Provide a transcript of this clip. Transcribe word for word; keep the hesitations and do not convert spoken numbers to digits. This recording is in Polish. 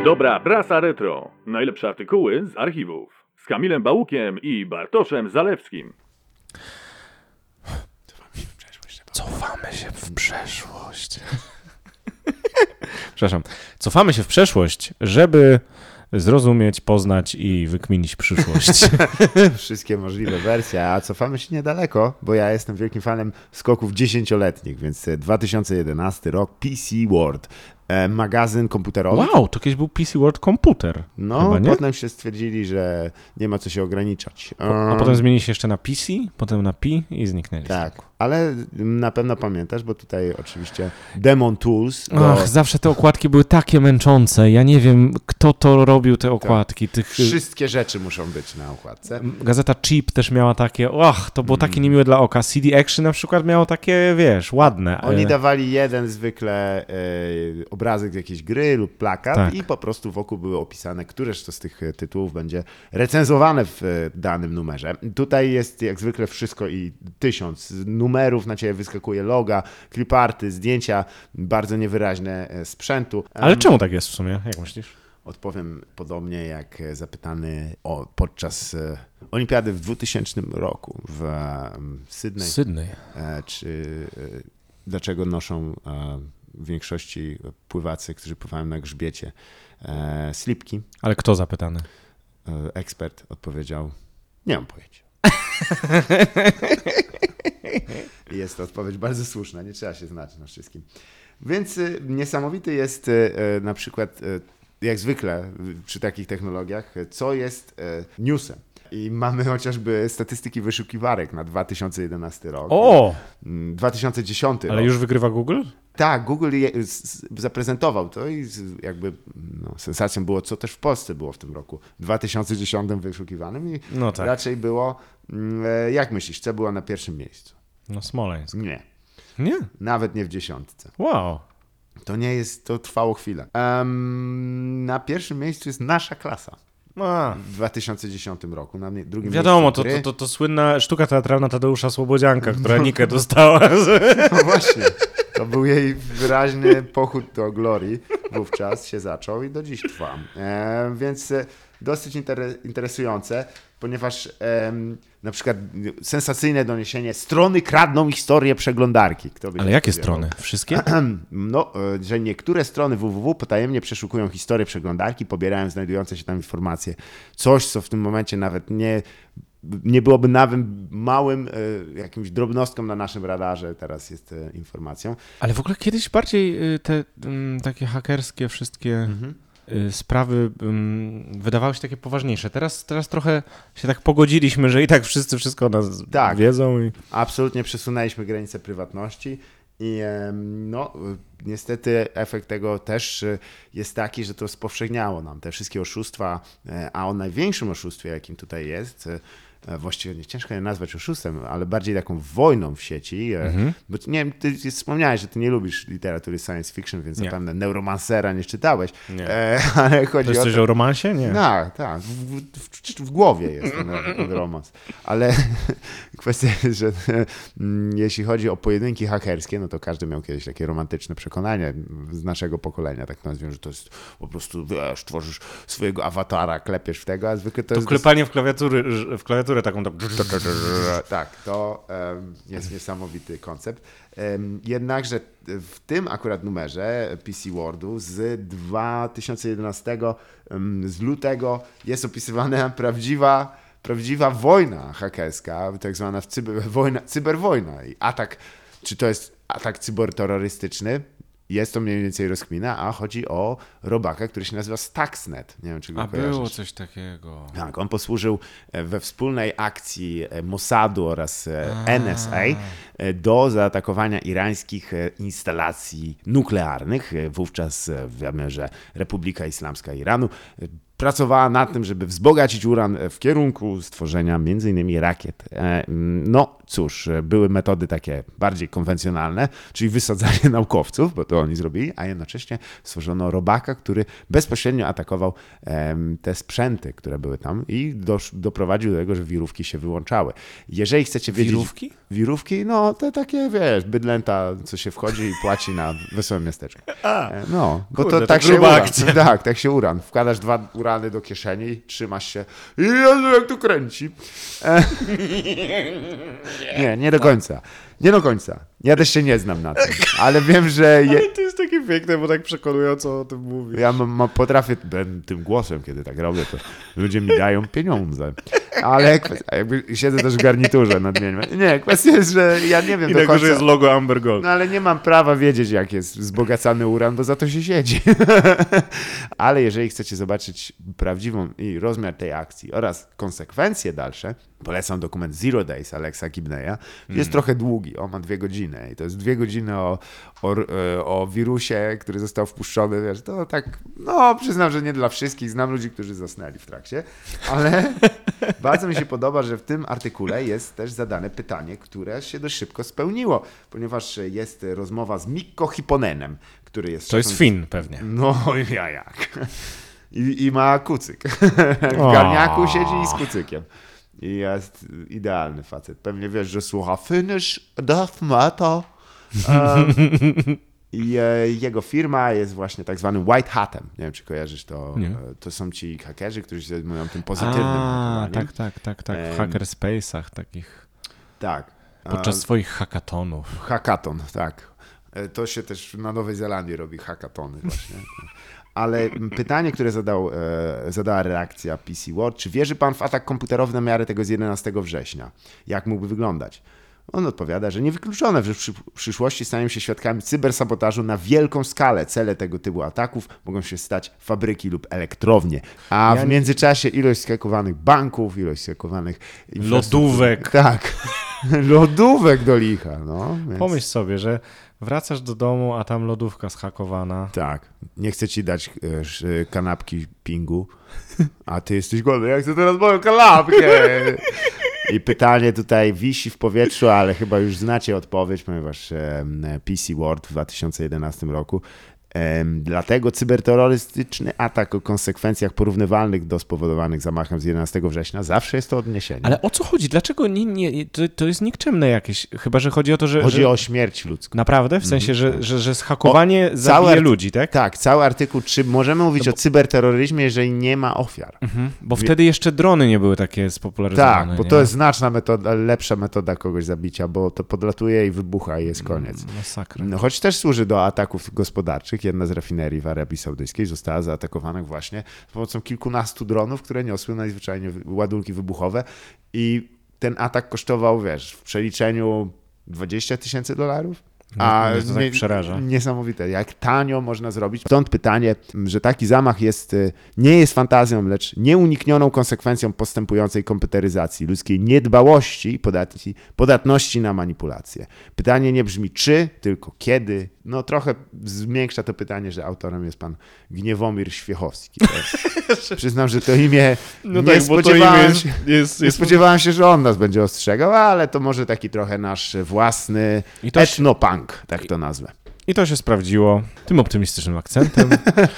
Dobra prasa retro. Najlepsze artykuły z archiwów. Z Kamilem Bałukiem i Bartoszem Zalewskim. Cofamy się w przeszłość. Przepraszam. Cofamy się w przeszłość, żeby zrozumieć, poznać i wykminić przyszłość. Wszystkie możliwe wersje, a cofamy się niedaleko, bo ja jestem wielkim fanem skoków dziesięcioletnich, więc dwa tysiące jedenasty rok, P C World, magazyn komputerowy. Wow, to kiedyś był P C World komputer. No, chyba, nie? potem się stwierdzili, że nie ma co się ograniczać. A potem zmienili się jeszcze na P C, potem na P i zniknęli. Tak, ale na pewno pamiętasz, bo tutaj oczywiście Demon Tools. Bo... Ach, zawsze te okładki były takie męczące. Ja nie wiem, kto to robił te okładki. Tych... Wszystkie rzeczy muszą być na okładce. Gazeta Cheap też miała takie, ach, to było takie Mm. niemiłe dla oka. C D Action na przykład miało takie, wiesz, ładne. Oni ale- dawali jeden zwykle e, obrazek z jakiejś gry lub plakat Tak. i po prostu wokół były opisane, któreż to z tych e, tytułów będzie recenzowane w e, danym numerze. Tutaj jest jak zwykle wszystko i tysiąc numerów, na ciebie wyskakuje loga, cliparty, zdjęcia, bardzo niewyraźne e, sprzętu. Ale Em, czemu tak jest w sumie? Jak myślisz? Odpowiem podobnie jak e, zapytany o, podczas e, Olimpiady w dwutysięcznym roku w e, Sydney. Sydney. E, czy e, dlaczego noszą e, w większości pływacy, którzy pływają na grzbiecie, e, slipki. Ale kto zapytany? E, ekspert odpowiedział, nie mam pojęcia. Jest to odpowiedź bardzo słuszna, nie trzeba się znać na wszystkim. Więc e, niesamowity jest e, na przykład, e, jak zwykle w- przy takich technologiach, e, co jest e, newsem. I mamy chociażby statystyki wyszukiwarek na dwa tysiące jedenasty rok. O! Mm, dwa tysiące dziesiąty Ale rok. już wygrywa Google? Tak, Google je, z, zaprezentował to i z, jakby no, sensacją było, co też w Polsce było w tym roku. W dwa tysiące dziesiątym wyszukiwanym i No tak. raczej było, mm, e, jak myślisz, co było na pierwszym miejscu? No Smoleńsk. Nie, Nie? nawet nie w dziesiątce. Wow. To nie jest, to trwało chwilę. Em, na pierwszym miejscu jest Nasza Klasa A, w dwa tysiące dziesiątym roku. Na mnie- drugim wiadomo, miejscu to, gry. to, to, to słynna sztuka teatralna Tadeusza Słobodzianka, która Nikę dostała. No właśnie, to był jej wyraźny pochód do glorii. Wówczas się zaczął i do dziś trwa. E, więc e, dosyć inter- interesujące, ponieważ e, na przykład sensacyjne doniesienie, strony kradną historię przeglądarki. Kto by Ale się jakie spodziewał? strony? Wszystkie? No, e, że niektóre strony www potajemnie przeszukują historię przeglądarki, pobierają znajdujące się tam informacje. Coś, co w tym momencie nawet nie, nie byłoby nawet małym e, jakimś drobnostką na naszym radarze, teraz jest e, informacją. Ale w ogóle kiedyś bardziej y, te mm, takie hakerskie wszystkie Mhm. y, sprawy ym, wydawały się takie poważniejsze. Teraz, teraz trochę się tak pogodziliśmy, że i tak wszyscy wszystko o nas Tak. wiedzą. I... Absolutnie przesunęliśmy granice prywatności i em, no, y, niestety efekt tego też y, jest taki, że to spowszechniało nam te wszystkie oszustwa, e, a o największym oszustwie, jakim tutaj jest, e, właściwie nie ciężko je nazwać oszustwem, ale bardziej taką wojną w sieci, e, Mhm. bo nie wiem, ty wspomniałeś, że ty nie lubisz literatury science fiction, więc Nie. zapewne Neuromancera nie czytałeś, Nie. E, ale To chodzi jest o coś to, o romansie? Nie. tak, tak. W, w, w, w głowie jest ten, ten romans. Ale kwestia jest, że mm, jeśli chodzi o pojedynki hakerskie, no to każdy miał kiedyś takie romantyczne przekonanie z naszego pokolenia, tak nazwijmy, że to jest po prostu, wiesz, tworzysz swojego awatara, klepiesz w tego, a zwykle to, To jest... klepanie w klawiatury, w klawiaturę taką tak... Tak, to em, jest niesamowity koncept. Em, jednakże w tym akurat numerze P C Worldu z dwa tysiące jedenastego, em, z lutego jest opisywana prawdziwa, prawdziwa wojna hakerska, tak zwana cyber, wojna, cyberwojna i atak, czy to jest atak cyberterrorystyczny? Jest to mniej więcej rozkmina, a chodzi o robaka, który się nazywa Stuxnet. Nie wiem, czy go A kojarzysz. było coś takiego. Tak, on posłużył we wspólnej akcji Mossadu oraz N S A do zaatakowania irańskich instalacji nuklearnych. Wówczas wiemy, że Republika Islamska Iranu pracowała nad tym, żeby wzbogacić uran w kierunku stworzenia między innymi rakiet. No cóż, były metody takie bardziej konwencjonalne, czyli wysadzanie naukowców, bo to oni zrobili, a jednocześnie stworzono robaka, który bezpośrednio atakował te sprzęty, które były tam i dosz, doprowadził do tego, że wirówki się wyłączały. Jeżeli chcecie wiedzieć... Wirówki? Wirówki, no te takie, wiesz, bydlęta, co się wchodzi i płaci na wesołe miasteczko. A, no, bo kurde, to to tak się gruba uran, akcja. tak, tak się uran. Wkładasz dwa urany do kieszeni, trzymasz się i Jezu, jak tu kręci. E... Nie, nie do końca. Nie do końca. Ja też się nie znam na tym, ale wiem, że... Je... Ale to jest takie piękne, bo tak przekonująco o tym mówisz. Ja mam, mam, potrafię tym głosem, kiedy tak robię, to ludzie mi dają pieniądze. Ale kwestia, jakby siedzę też w garniturze nadmiennie. Nie, kwestia jest, że ja nie wiem I do tego, końca... że jest logo Amber Gold. No ale nie mam prawa wiedzieć, jak jest wzbogacany uran, bo za to się siedzi. Ale jeżeli chcecie zobaczyć prawdziwą i rozmiar tej akcji oraz konsekwencje dalsze, polecam dokument Zero Days Alexa Gibneya. Jest Hmm. trochę długi, on ma dwie godziny i to jest dwie godziny o, o, o wirusie, który został wpuszczony. Wiesz, to tak, no przyznam, że nie dla wszystkich. Znam ludzi, którzy zasnęli w trakcie, ale bardzo mi się podoba, że w tym artykule jest też zadane pytanie, które się dość szybko spełniło, ponieważ jest rozmowa z Mikko Hipponenem, który jest... To jest Fin pewnie. No ja jak. I, i ma kucyk. W garniaku siedzi i z kucykiem. I jest idealny facet. Pewnie wiesz, że słucha Finnish Death Metal. Um, I e, jego firma jest właśnie tak zwanym White Hatem. Nie wiem, czy kojarzysz to. Nie. To są ci hakerzy, którzy się zajmują tym pozytywnym A, hakowaniem. tak, tak, tak, tak. W Em, hackerspace'ach takich. Tak. Podczas A, swoich hackatonów. hackathon, tak. E, To się też na Nowej Zelandii robi hackatony właśnie. Ale pytanie, które zadał, e, zadała reakcja P C World, czy wierzy pan w atak komputerowy na miarę tego z jedenastego września? Jak mógłby wyglądać? On odpowiada, że niewykluczone, że w przy- w przyszłości staniemy się świadkami cybersabotażu na wielką skalę. Cele tego typu ataków mogą się stać fabryki lub elektrownie. A Ja w nie- międzyczasie ilość skakowanych banków, ilość skakowanych infrastruktur- Lodówek. Tak, lodówek do licha. No, więc... Pomyśl sobie, że wracasz do domu, a tam lodówka zhakowana. Tak, nie chcę ci dać e, sz- kanapki pingu, a ty jesteś głodny, ja chcę teraz moją kanapkę. I pytanie tutaj wisi w powietrzu, ale chyba już znacie odpowiedź, ponieważ e, P C World w dwa tysiące jedenastym roku. Em, Dlatego cyberterrorystyczny atak o konsekwencjach porównywalnych do spowodowanych zamachem z jedenastego września zawsze jest to odniesienie. Ale o co chodzi? Dlaczego nie, nie, to, to jest nikczemne jakieś? Chyba, że chodzi o to, że... Chodzi że... o śmierć ludzką. Naprawdę? W sensie, że, że, że zhakowanie O, zabije cały arty- ludzi, tak? Tak, cały artykuł, czy możemy mówić o cyberterroryzmie, jeżeli nie ma ofiar? Mhm. Bo wtedy jeszcze drony nie były takie spopularyzowane. Tak, bo nie? to jest znaczna metoda, lepsza metoda kogoś zabicia, bo to podlatuje i wybucha i jest koniec. Masakra. No, choć też służy do ataków gospodarczych. Jedna z rafinerii w Arabii Saudyjskiej została zaatakowana właśnie z pomocą kilkunastu dronów, które niosły najzwyczajniej ładunki wybuchowe i ten atak kosztował, wiesz, w przeliczeniu dwadzieścia tysięcy dolarów. A mnie to tak przeraża. Niesamowite, jak tanio można zrobić. Stąd pytanie, że taki zamach jest, nie jest fantazją, lecz nieuniknioną konsekwencją postępującej komputeryzacji, ludzkiej niedbałości i podatności, podatności na manipulacje. Pytanie nie brzmi czy, tylko kiedy. No trochę zwiększa to pytanie, że autorem jest pan Gniewomir Świechowski. To jest, przyznam, że to imię No nie tak, bo to spodziewałem imię jest, się... jest, Nie jest spodziewałem się, że on nas będzie ostrzegał, ale to może taki trochę nasz własny I to się- etnopunk, tak to nazwę. I to się sprawdziło tym optymistycznym akcentem.